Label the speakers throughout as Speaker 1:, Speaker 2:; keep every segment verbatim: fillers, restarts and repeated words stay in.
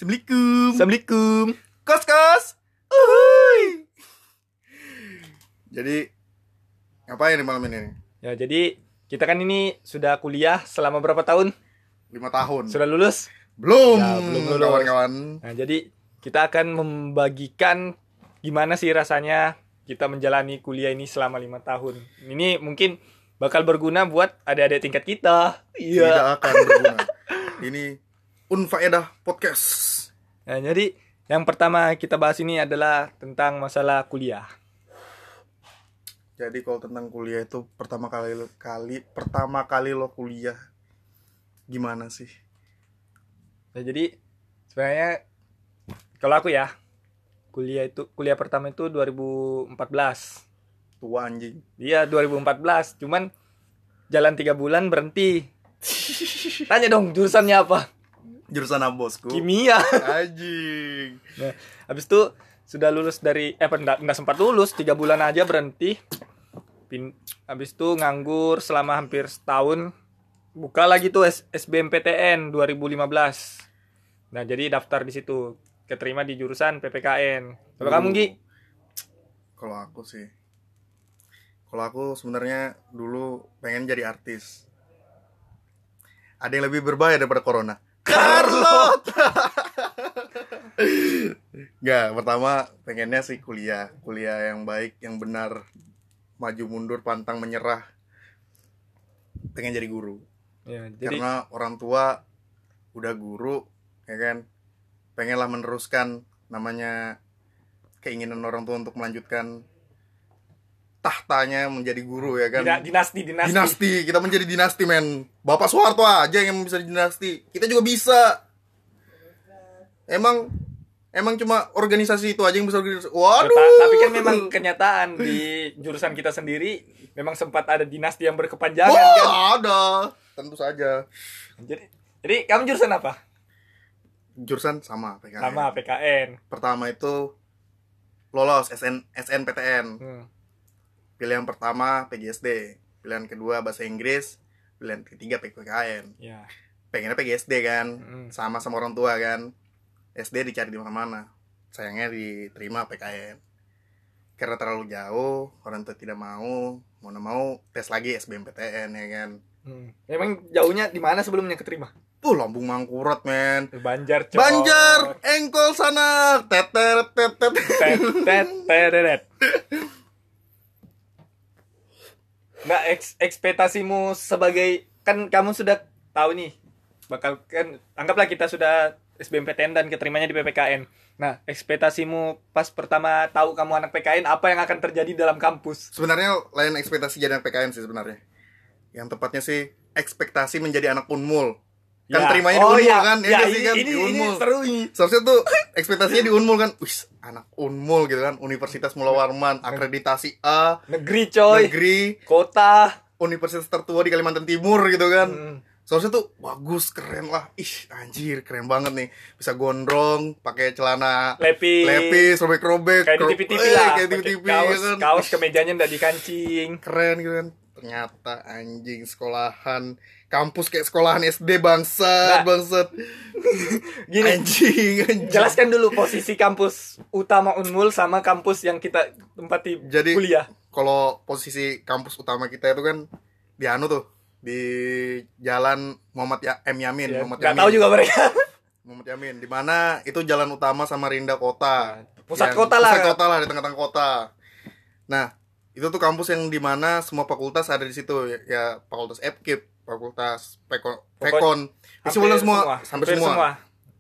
Speaker 1: Assalamualaikum.
Speaker 2: Assalamualaikum.
Speaker 1: Kos-kos. Uhuy. Jadi ngapain nih malam ini?
Speaker 2: Ya, jadi kita kan ini sudah kuliah selama berapa tahun?
Speaker 1: Lima tahun.
Speaker 2: Sudah lulus?
Speaker 1: Belum.
Speaker 2: Ya, belum lulus.
Speaker 1: Kawan-kawan.
Speaker 2: Nah, jadi kita akan membagikan gimana sih rasanya kita menjalani kuliah ini selama lima tahun. Ini mungkin bakal berguna buat adik-adik tingkat kita.
Speaker 1: Tidak akan berguna. Ini Unfaedah Podcast.
Speaker 2: Nah, jadi yang pertama kita bahas ini adalah tentang masalah kuliah.
Speaker 1: Jadi kalau tentang kuliah itu pertama kali kali pertama kali lo kuliah gimana sih?
Speaker 2: Nah, jadi sebenarnya kalau aku ya kuliah itu kuliah pertama itu dua ribu empat belas.
Speaker 1: Tua anjing.
Speaker 2: Iya, dua ribu empat belas. Cuman jalan tiga bulan berhenti. Tanya dong jurusannya apa?
Speaker 1: Jurusan apa, bosku?
Speaker 2: Kimia.
Speaker 1: Anjing.
Speaker 2: Nah, habis itu sudah lulus dari eh enggak, enggak sempat lulus, tiga bulan aja berhenti. Pin, habis itu nganggur selama hampir setahun. Buka lagi tuh S B M P T N dua ribu lima belas. Nah, jadi daftar di situ, keterima di jurusan P P K N. Kalau
Speaker 1: uh,
Speaker 2: kamu, Gi?
Speaker 1: Kalau aku sih Kalau aku sebenarnya dulu pengen jadi artis. Ada yang lebih berbahaya daripada corona. Carlota. Nggak, pertama pengennya sih kuliah Kuliah yang baik, yang benar. Maju mundur, pantang menyerah. Pengen jadi guru
Speaker 2: Ya, jadi
Speaker 1: karena orang tua udah guru, ya kan. Pengenlah meneruskan namanya keinginan orang tua untuk melanjutkan tahtanya menjadi guru, ya kan.
Speaker 2: dinasti dinasti.
Speaker 1: Dinasti, kita menjadi dinasti, men. Bapak Soeharto aja yang bisa dinasti. Kita juga bisa. Emang Emang cuma organisasi itu aja yang bisa organisasi. Waduh.
Speaker 2: Tapi kan memang kenyataan di jurusan kita sendiri memang sempat ada dinasti yang berkepanjangan.
Speaker 1: Wah,
Speaker 2: kan.
Speaker 1: ada. Tentu saja.
Speaker 2: Jadi Jadi kamu jurusan apa?
Speaker 1: Jurusan sama P K N.
Speaker 2: Sama P K N.
Speaker 1: Pertama itu lolos S N S N P T N.
Speaker 2: Hmm.
Speaker 1: Pilihan pertama P G S D, pilihan kedua bahasa Inggris, pilihan ketiga P K N.
Speaker 2: Ya.
Speaker 1: Pengennya P G S D kan,
Speaker 2: Hmm.
Speaker 1: sama sama orang tua kan. S D dicari di mana-mana. Sayangnya diterima P K N. Karena terlalu jauh, orang tua tidak mau, mau nggak mau tes lagi S B M P T N, ya kan.
Speaker 2: Hmm. Emang jauhnya di mana sebelumnya keterima?
Speaker 1: Tuh Lampung Mangkurat, men.
Speaker 2: Banjar, Cor.
Speaker 1: Banjar, Engkol sana. Tetet tetet.
Speaker 2: Tet tet teret. Nggak, eks, ekspektasimu sebagai, kan kamu sudah tahu nih bakal, kan anggaplah kita sudah S B M P T N dan keterimanya di P P K N. Nah, ekspektasimu pas pertama tahu kamu anak P K N, apa yang akan terjadi dalam kampus?
Speaker 1: Sebenarnya lain ekspektasi jadi anak P K N sih sebenarnya. Yang tepatnya sih ekspektasi menjadi anak Unmul. Kan
Speaker 2: Ya.
Speaker 1: terimanya
Speaker 2: Oh,
Speaker 1: di Unmul,
Speaker 2: ya.
Speaker 1: kan?
Speaker 2: Ya,
Speaker 1: nggak sih,
Speaker 2: ini,
Speaker 1: kan?
Speaker 2: ini,
Speaker 1: Di
Speaker 2: ini
Speaker 1: Unmul.
Speaker 2: seru ini.
Speaker 1: Seharusnya tuh ekspektasinya di Unmul kan. Wih, anak Unmul gitu kan. Universitas Mula Warman, akreditasi A,
Speaker 2: Negeri, coy.
Speaker 1: negeri,
Speaker 2: Kota.
Speaker 1: universitas tertua di Kalimantan Timur gitu kan.
Speaker 2: Hmm.
Speaker 1: Seharusnya tuh bagus, keren lah. Ih, anjir, keren banget nih. Bisa gondrong, pakai celana
Speaker 2: Lepis.
Speaker 1: lepis, robek-robek.
Speaker 2: Kayak di
Speaker 1: kro-
Speaker 2: T V T V
Speaker 1: eh,
Speaker 2: lah.
Speaker 1: Kayak di T V T V,
Speaker 2: Pakai kaos,
Speaker 1: ya kan.
Speaker 2: kaos kemejanya ndak dikancing.
Speaker 1: Keren gitu kan. Ternyata anjing, sekolahan kampus kayak sekolahan S D, bangsat,
Speaker 2: Nah.
Speaker 1: bangsat.
Speaker 2: Gini,
Speaker 1: Anjing, anjing.
Speaker 2: jelaskan dulu posisi kampus utama Unmul sama kampus yang kita tempati
Speaker 1: Jadi
Speaker 2: kuliah.
Speaker 1: kalau posisi kampus utama kita itu kan di anu tuh, di Jalan Muhammad ya- M Yamin,
Speaker 2: Ya,
Speaker 1: Muhammad
Speaker 2: nggak
Speaker 1: Yamin.
Speaker 2: tahu juga mereka.
Speaker 1: Muhammad Yamin, di mana itu jalan utama Samarinda Kota.
Speaker 2: Pusat
Speaker 1: Yang-
Speaker 2: kota lah.
Speaker 1: Pusat kota lah, di tengah-tengah kota. Nah, itu tuh kampus yang di mana semua fakultas ada di situ, ya, ya fakultas F K I P, fakultas Pekon, Pekon, isi
Speaker 2: Hampir
Speaker 1: semua, sampai
Speaker 2: hampir
Speaker 1: semua.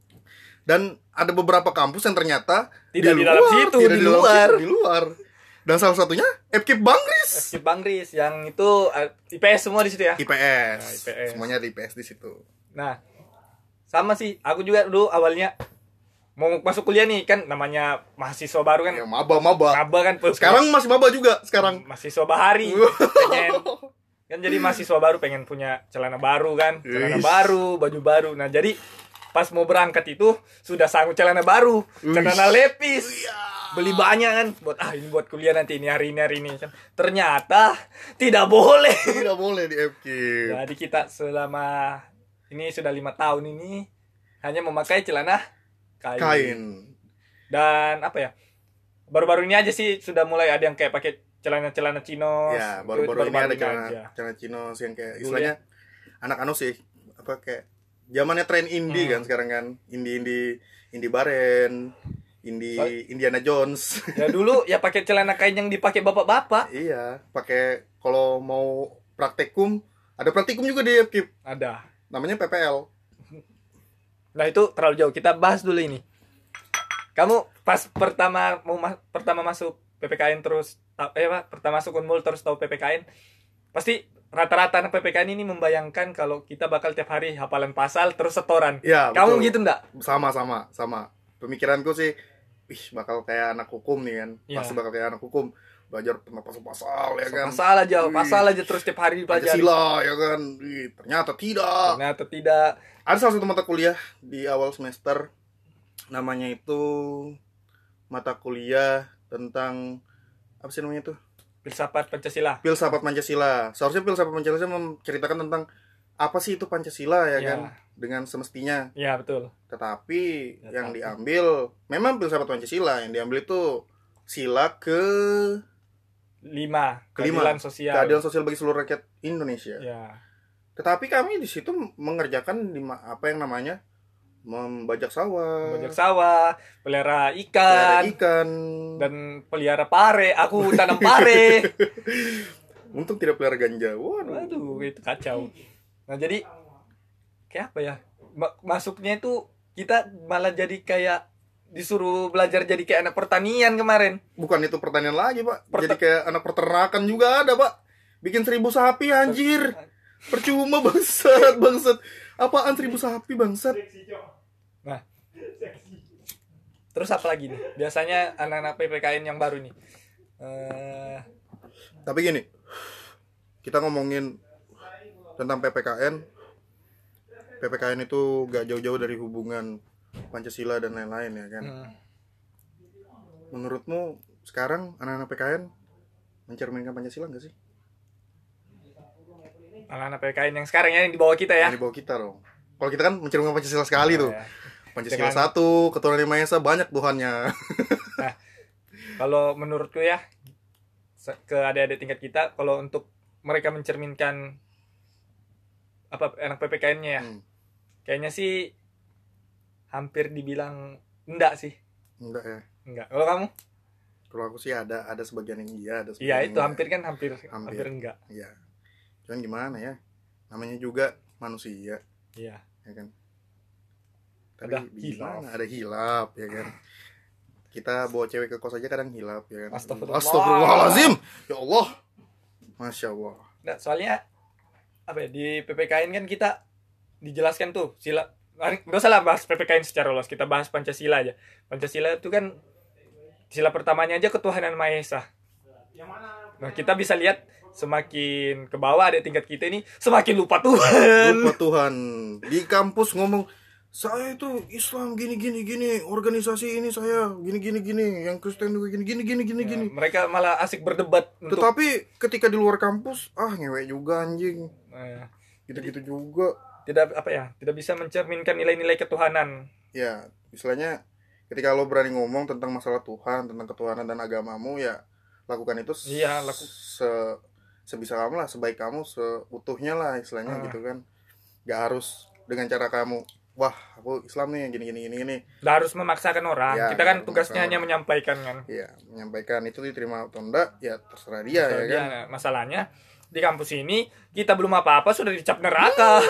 Speaker 1: Dan ada beberapa kampus yang ternyata
Speaker 2: Tidak di dalam situ,
Speaker 1: tidak
Speaker 2: di
Speaker 1: dalam
Speaker 2: luar.
Speaker 1: situ, di luar. Dan salah satunya F K I P Bangris.
Speaker 2: Skip Bangris yang itu uh, I P S semua di situ ya.
Speaker 1: I P S.
Speaker 2: Nah, I P S.
Speaker 1: Semuanya di I P S di situ.
Speaker 2: Nah, sama sih. Aku juga dulu awalnya mau masuk kuliah nih, kan namanya mahasiswa baru kan.
Speaker 1: Ya maba maba.
Speaker 2: Maba kan.
Speaker 1: Sekarang masih maba juga sekarang.
Speaker 2: mahasiswa bahari. Pengen kan jadi mahasiswa baru pengen punya celana baru kan, celana
Speaker 1: Ish.
Speaker 2: baru, baju baru. Nah, jadi pas mau berangkat itu sudah sanggup celana baru, celana lepis. Beli banyak kan, buat ah ini buat kuliah nanti, ini hari ini hari ini kan. Ternyata tidak boleh.
Speaker 1: Tidak boleh di F K I P.
Speaker 2: Jadi kita selama ini sudah lima tahun ini hanya memakai celana kain.
Speaker 1: kain.
Speaker 2: Dan apa ya? Baru-baru ini aja sih sudah mulai ada yang kayak pakai celana-celana chinos.
Speaker 1: Ya, baru-baru ini ada celana
Speaker 2: aja.
Speaker 1: celana chinos yang kayak
Speaker 2: Dulu
Speaker 1: istilahnya anak anu sih, apa kayak zamannya tren indie
Speaker 2: Hmm.
Speaker 1: kan sekarang kan. Indie-indie indie baren, indie
Speaker 2: Soal-
Speaker 1: Indiana Jones.
Speaker 2: Ya dulu ya pakai celana kain yang dipakai bapak-bapak.
Speaker 1: Iya, pakai kalau mau praktikum, ada praktikum juga di Kip.
Speaker 2: Ada.
Speaker 1: Namanya P P L.
Speaker 2: Nah itu terlalu jauh. Kita bahas dulu ini. Kamu pas pertama mau ma- pertama masuk P P K N terus ta- eh apa? Pertama masuk Unmul terus tahu P P K N, pasti rata-rata anak P P K N ini membayangkan kalau kita bakal tiap hari hafalan pasal terus setoran.
Speaker 1: Iya,
Speaker 2: Kamu
Speaker 1: betul.
Speaker 2: gitu enggak?
Speaker 1: Sama sama sama. Pemikiranku sih, ih bakal kayak anak hukum nih kan.
Speaker 2: Iya.
Speaker 1: Pasti bakal kayak anak hukum. Belajar tentang pasal-pasal ya kan.
Speaker 2: Pasal aja,
Speaker 1: Wih.
Speaker 2: pasal aja terus tiap hari dipelajari.
Speaker 1: Pancasila ya kan. Wih, ternyata tidak.
Speaker 2: Ternyata tidak.
Speaker 1: Ada salah satu mata kuliah di awal semester, namanya itu mata kuliah tentang apa sih namanya tuh?
Speaker 2: Filsafat Pancasila.
Speaker 1: Filsafat Pancasila. Seharusnya filsafat Pancasila menceritakan tentang apa sih itu Pancasila ya
Speaker 2: Iya.
Speaker 1: kan, dengan semestinya.
Speaker 2: Ya betul.
Speaker 1: Tetapi
Speaker 2: Tetapi.
Speaker 1: yang diambil memang filsafat Pancasila, yang diambil itu sila ke
Speaker 2: Lima.
Speaker 1: Kelima.
Speaker 2: Keadilan sosial.
Speaker 1: keadilan sosial bagi seluruh rakyat Indonesia.
Speaker 2: Ya.
Speaker 1: Tetapi kami di situ mengerjakan lima, apa yang namanya membajak sawah,
Speaker 2: Bajak sawah, pelihara
Speaker 1: pelihara
Speaker 2: ikan,
Speaker 1: ikan,
Speaker 2: dan pelihara pare. Aku tanam pare.
Speaker 1: untung tidak pelihara ganja. Waduh.
Speaker 2: Waduh, itu kacau. Nah, jadi kayak apa ya? Ma- Masuknya itu kita malah jadi kayak disuruh belajar jadi kayak anak pertanian kemarin.
Speaker 1: Bukan itu pertanian lagi, Pak.
Speaker 2: Perte-
Speaker 1: Jadi kayak anak peternakan juga ada, Pak. Bikin seribu sapi anjir. Percuma bangsat, bangsat. Apaan seribu sapi bangsat?
Speaker 2: Nah, terus apa lagi nih? Biasanya anak-anak P P K N yang baru nih. Eh,
Speaker 1: Tapi gini, kita ngomongin tentang P P K N. P P K N itu gak jauh-jauh dari hubungan Pancasila dan lain-lain ya kan.
Speaker 2: hmm,
Speaker 1: Menurutmu sekarang anak-anak P K N mencerminkan Pancasila nggak sih?
Speaker 2: anak-anak P P K N yang sekarang ya yang di bawah kita ya.
Speaker 1: Yang di bawah kita dong. Kalau kita kan mencerminkan Pancasila sekali tuh.
Speaker 2: Oh, ya.
Speaker 1: Pancasila
Speaker 2: Dengan-
Speaker 1: satu, ketuhanan yang Maha Esa, banyak Tuhannya.
Speaker 2: Nah, kalau menurutku ya se- ke adik-adik tingkat kita, kalau untuk mereka mencerminkan apa anak P P K N-nya ya,
Speaker 1: Hmm.
Speaker 2: kayaknya sih hampir dibilang enggak sih.
Speaker 1: Enggak ya.
Speaker 2: Enggak. Kalau kamu?
Speaker 1: Kalau aku sih ada ada sebagian yang iya, ada sebagian
Speaker 2: Iya,
Speaker 1: yang
Speaker 2: itu
Speaker 1: enggak.
Speaker 2: hampir kan hampir hampir,
Speaker 1: Hampir.
Speaker 2: enggak.
Speaker 1: Iya. Cuman gimana ya? Namanya juga manusia,
Speaker 2: Iya.
Speaker 1: ya kan. Tapi
Speaker 2: Ada
Speaker 1: gimana?
Speaker 2: hilaf.
Speaker 1: Ada hilap, ya kan. Kita bawa cewek ke kos aja kadang hilap, ya kan.
Speaker 2: Astagfirullah.
Speaker 1: Astagfirullahalazim. Ya Allah. Masya Allah.
Speaker 2: Nah, soalnya apa ya, di P P K N kan kita dijelaskan tuh sila, nggak usah lah bahas P P K N secara luas, kita bahas Pancasila aja. Pancasila itu kan sila pertamanya aja ketuhanan Maha Esa. Nah, kita bisa lihat semakin ke bawah ada tingkat kita ini semakin lupa Tuhan.
Speaker 1: Lupa Tuhan. Di kampus ngomong, saya itu Islam gini gini gini, organisasi ini saya gini gini gini, yang Kristen juga gini gini gini gini gini.
Speaker 2: Ya, mereka malah asik berdebat untuk
Speaker 1: Tetapi ketika di luar kampus, ah ngewek juga anjing.
Speaker 2: eh,
Speaker 1: Gitu-gitu juga.
Speaker 2: tidak apa ya, tidak bisa mencerminkan nilai-nilai ketuhanan.
Speaker 1: Ya, istilahnya ketika lo berani ngomong tentang masalah Tuhan, tentang ketuhanan dan agamamu, ya lakukan itu s-
Speaker 2: Iya, laku-
Speaker 1: se sebisa kamu lah, sebaik kamu, seutuhnya lah istilahnya
Speaker 2: Ah.
Speaker 1: gitu kan. Gak harus dengan cara kamu, wah aku Islam nih gini gini gini gini.
Speaker 2: Tidak harus memaksakan orang.
Speaker 1: Ya,
Speaker 2: Kita kan
Speaker 1: harus
Speaker 2: tugasnya
Speaker 1: memaksa
Speaker 2: hanya
Speaker 1: orang.
Speaker 2: menyampaikan kan.
Speaker 1: Ya, menyampaikan itu diterima atau enggak, ya terserah dia ya
Speaker 2: Soalnya,
Speaker 1: kan.
Speaker 2: nah, masalahnya di kampus ini kita belum apa-apa sudah dicap neraka.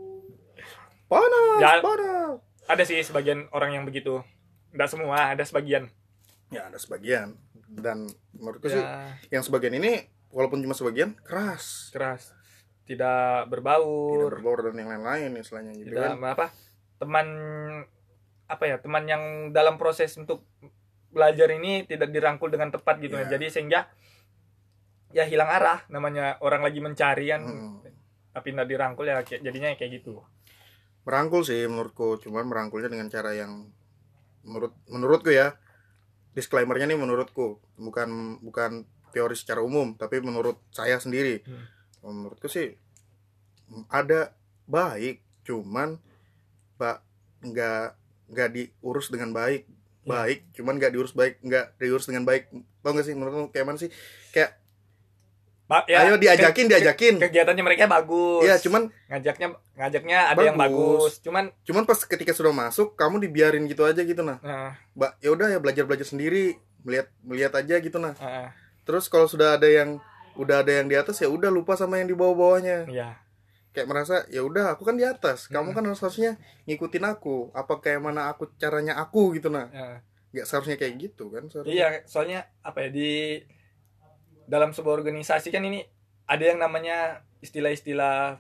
Speaker 1: Panas,
Speaker 2: Ya.
Speaker 1: panas.
Speaker 2: Ada sih sebagian orang yang begitu. Tidak semua, ada sebagian.
Speaker 1: Ya ada sebagian. Dan menurutku sih
Speaker 2: Ya,
Speaker 1: yang sebagian ini walaupun cuma sebagian keras,
Speaker 2: keras. Tidak
Speaker 1: tidak
Speaker 2: berbaur,
Speaker 1: berbaur dan yang lain-lain istilahnya gitu
Speaker 2: tidak
Speaker 1: kan.
Speaker 2: apa? Teman apa ya? Teman yang dalam proses untuk belajar ini tidak dirangkul dengan tepat gitu.
Speaker 1: Ya.
Speaker 2: Jadi sehingga ya hilang arah, namanya orang lagi mencari kan.
Speaker 1: Hmm.
Speaker 2: Tapi tidak dirangkul ya kayak- jadinya kayak gitu.
Speaker 1: Merangkul sih menurutku, cuman merangkulnya dengan cara yang menurut menurutku ya. Disclaimer-nya nih menurutku, bukan bukan teori secara umum, tapi menurut saya sendiri.
Speaker 2: Hmm.
Speaker 1: Menurutku sih ada baik, cuman Pak nggak nggak diurus dengan baik.
Speaker 2: Iya.
Speaker 1: Baik, cuman nggak diurus baik, nggak diurus dengan baik. Tau gak sih menurutmu kayak mana sih? Kayak
Speaker 2: Ba- ya,
Speaker 1: ayo diajakin,
Speaker 2: ke-
Speaker 1: diajakin.
Speaker 2: ke- kegiatannya mereka bagus.
Speaker 1: Iya, cuman
Speaker 2: ngajaknya ngajaknya ada yang
Speaker 1: Bagus.
Speaker 2: bagus. Cuman
Speaker 1: cuman pas ketika sudah masuk kamu dibiarin gitu aja gitu nah.
Speaker 2: nah,
Speaker 1: Mbak, ya udah ya belajar-belajar sendiri, melihat melihat aja gitu nah.
Speaker 2: ah,
Speaker 1: Terus kalau sudah ada yang udah ada yang di atas ya udah lupa sama yang di bawah-bawahnya.
Speaker 2: iya.
Speaker 1: Kayak merasa ya udah aku kan di atas, kamu
Speaker 2: Hmm.
Speaker 1: kan harus harusnya ngikutin aku. Apa kayak mana aku caranya aku gitu nah.
Speaker 2: Ya.
Speaker 1: Nggak seharusnya kayak gitu kan seharusnya.
Speaker 2: Iya, soalnya apa ya, di dalam sebuah organisasi kan ini ada yang namanya istilah-istilah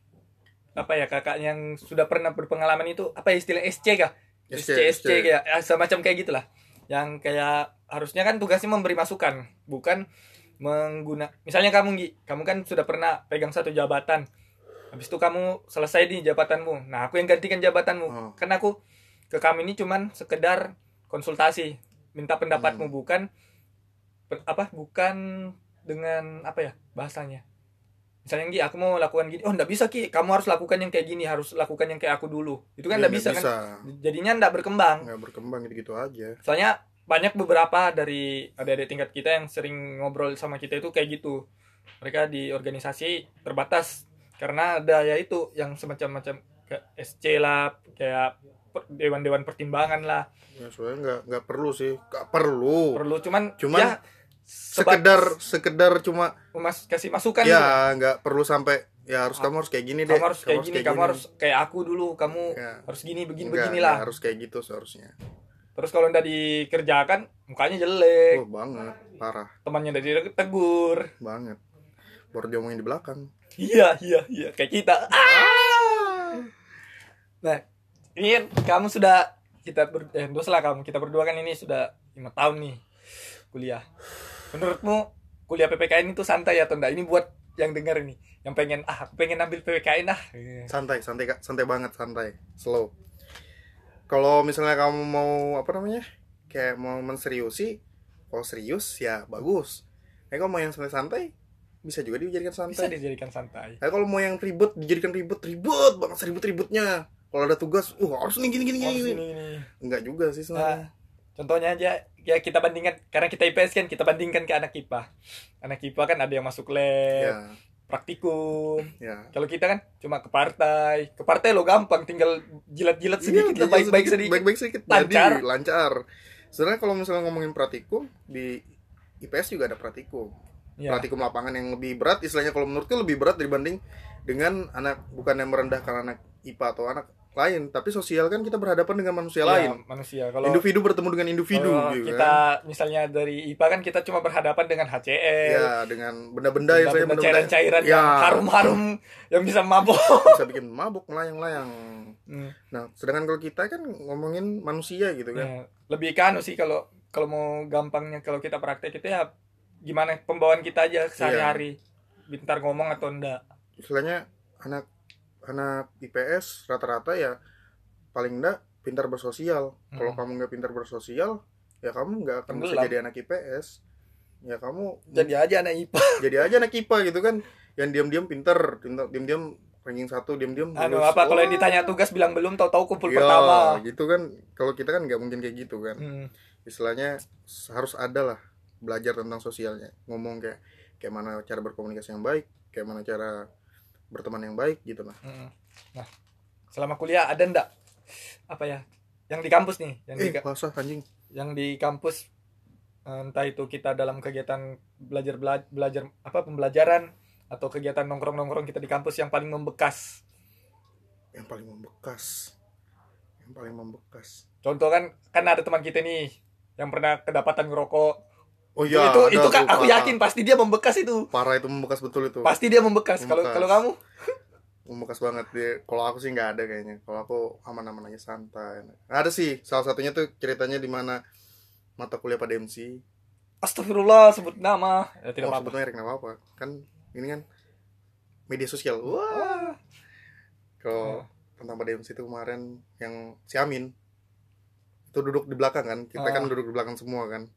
Speaker 2: apa ya, kakak yang sudah pernah berpengalaman itu apa ya, istilah S C kah?
Speaker 1: S
Speaker 2: S
Speaker 1: C,
Speaker 2: C S C
Speaker 1: S C.
Speaker 2: kayak ya, semacam kayak gitulah. Yang kayak harusnya kan tugasnya memberi masukan, bukan mengguna. Misalnya kamu Gi, kamu kan sudah pernah pegang satu jabatan. Habis itu kamu selesai di jabatanmu. Nah, aku yang gantikan jabatanmu.
Speaker 1: Oh.
Speaker 2: Karena aku ke kamu ini cuman sekedar konsultasi, minta pendapatmu,
Speaker 1: Hmm.
Speaker 2: bukan per- apa? Bukan dengan apa ya bahasanya. Misalnya Gi, aku mau lakukan gini. Oh, enggak bisa Ki. Kamu harus lakukan yang kayak gini, harus lakukan yang kayak aku dulu. Itu kan
Speaker 1: Iya,
Speaker 2: enggak bisa,
Speaker 1: nggak
Speaker 2: kan. Jadinya enggak berkembang.
Speaker 1: Nggak berkembang gitu-gitu aja.
Speaker 2: Soalnya banyak beberapa dari adik-adik tingkat kita yang sering ngobrol sama kita itu kayak gitu. Mereka di organisasi terbatas karena ada ya itu yang semacam-macam kayak S C lah, kayak per- dewan-dewan pertimbangan lah.
Speaker 1: Ya soalnya nggak nggak perlu sih, nggak perlu.
Speaker 2: Perlu cuman
Speaker 1: Cuman
Speaker 2: ya
Speaker 1: sekedar
Speaker 2: sebatas
Speaker 1: sekedar cuma
Speaker 2: mas kasih masukan gitu.
Speaker 1: ya nggak perlu sampai ya harus kamu harus kayak gini deh.
Speaker 2: Kamu harus kayak gini, kamu harus kayak aku dulu, kamu
Speaker 1: Ya.
Speaker 2: harus gini begini
Speaker 1: Nggak,
Speaker 2: beginilah.
Speaker 1: nggak harus kayak gitu seharusnya.
Speaker 2: Terus kalau udah dikerjakan mukanya jelek,
Speaker 1: Oh banget, parah
Speaker 2: temannya udah ditegur.
Speaker 1: banget. Baru diomongin di belakang.
Speaker 2: Iya, iya, iya, kayak kita. Ah! Nah, ini kan kamu sudah kita ber, eh, dosa lah kamu. Kita berdua kan ini sudah lima tahun nih kuliah. Menurutmu kuliah P P K N itu santai atau enggak? Ini buat yang dengar ini, yang pengen ah, aku pengen ambil P P K N ah.
Speaker 1: Santai, santai Kak, santai banget, santai, slow. Kalau misalnya kamu mau apa namanya? Kayak mau menseriusi, kalau serius ya bagus. Nah, kalau mau yang santai-santai bisa juga dijadikan
Speaker 2: Bisa
Speaker 1: santai.
Speaker 2: dijadikan santai.
Speaker 1: Nah, kalau mau yang ribet dijadikan ribet, ribet banget seribut-ributnya. Kalau ada tugas, uh harus nih gini gini
Speaker 2: Oh,
Speaker 1: gini.
Speaker 2: sini, ini.
Speaker 1: Enggak juga sih sebenarnya.
Speaker 2: Nah, contohnya aja ya kita bandingkan, karena kita I P S kan, kita bandingkan ke anak I P A. Anak I P A kan ada yang masuk lab,
Speaker 1: Ya,
Speaker 2: praktikum.
Speaker 1: ya.
Speaker 2: Kalau kita kan cuma ke partai. Ke partai lo gampang, tinggal jilat-jilat sedikit,
Speaker 1: Iya,
Speaker 2: lah, baik-baik sedikit.
Speaker 1: Baik-baik sedikit.
Speaker 2: Lancar.
Speaker 1: Jadi lancar. Sebenarnya kalau misalnya ngomongin praktikum di I P S juga ada praktikum.
Speaker 2: Ya.
Speaker 1: Praktikum lapangan yang lebih berat, istilahnya kalau menurutku lebih berat dibanding dengan anak, bukan yang merendahkan anak I P A atau anak lain, tapi sosial kan kita berhadapan dengan manusia
Speaker 2: Ya,
Speaker 1: lain.
Speaker 2: manusia. Kalau
Speaker 1: Individu bertemu dengan individu
Speaker 2: kalau
Speaker 1: gitu
Speaker 2: kita
Speaker 1: kan.
Speaker 2: misalnya dari I P A kan kita cuma berhadapan dengan H C L,
Speaker 1: Ya, dengan benda-benda istilahnya
Speaker 2: benda-benda
Speaker 1: benda-benda
Speaker 2: cairan-cairan
Speaker 1: ya,
Speaker 2: yang harum-harum yang bisa mabok.
Speaker 1: bisa bikin mabuk, melayang-layang.
Speaker 2: Hmm.
Speaker 1: Nah, sedangkan kalau kita kan ngomongin manusia gitu kan.
Speaker 2: Ya, lebih ke anu sih, kalau kalau mau gampangnya kalau kita praktek itu ya gimana pembawaan kita aja sehari-hari. Pintar ngomong atau enggak.
Speaker 1: Istilahnya anak anak I P S rata-rata ya paling enggak pintar bersosial. Kalau
Speaker 2: Hmm.
Speaker 1: kamu nggak pintar bersosial, ya kamu nggak akan bisa
Speaker 2: Tenggelam.
Speaker 1: jadi anak I P S. Ya kamu
Speaker 2: Jadi aja anak I P A.
Speaker 1: jadi aja anak I P A gitu kan, yang diam-diam pintar, pintar- diam-diam ranking satu, diam-diam
Speaker 2: Anu
Speaker 1: lulus.
Speaker 2: apa kalau
Speaker 1: Wah,
Speaker 2: yang ditanya tugas bilang belum, tahu-tahu kumpul
Speaker 1: ya,
Speaker 2: pertama.
Speaker 1: gitu kan. Kalau kita kan nggak mungkin kayak gitu kan.
Speaker 2: Hmm.
Speaker 1: Istilahnya harus ada lah belajar tentang sosialnya, ngomong kayak kayak mana cara berkomunikasi yang baik, kayak mana cara berteman yang baik gitu lah.
Speaker 2: Mm. Nah, selama kuliah ada ndak apa ya yang di kampus nih, yang di
Speaker 1: Eh, basah anjing.
Speaker 2: yang di kampus, eh, entah itu kita dalam kegiatan belajar bela- belajar apa pembelajaran atau kegiatan nongkrong-nongkrong kita di kampus yang paling membekas.
Speaker 1: Yang paling membekas. Yang paling membekas.
Speaker 2: Contoh kan kan ada teman kita nih yang pernah kedapatan ngerokok.
Speaker 1: Oh iya,
Speaker 2: itu
Speaker 1: ada
Speaker 2: itu kan
Speaker 1: tuh,
Speaker 2: aku
Speaker 1: parah.
Speaker 2: yakin pasti dia membekas itu.
Speaker 1: Parah itu membekas betul itu.
Speaker 2: Pasti dia membekas. Kalau
Speaker 1: Membekas.
Speaker 2: kalau kamu
Speaker 1: Membekas banget dia. Kalau aku sih nggak ada kayaknya. Kalau aku aman-aman aja, santai. Ada sih, salah satunya tuh ceritanya di mana mata kuliah pada M C.
Speaker 2: astagfirullah sebut nama. Ya, tidak
Speaker 1: Oh,
Speaker 2: apa-apa.
Speaker 1: sebetulnya nggak apa-apa. Kan ini kan media sosial. Wah. Kalau tentang pada M C itu kemarin yang si Amin itu duduk di belakang kan, kita kan
Speaker 2: Ah.
Speaker 1: duduk di belakang semua kan.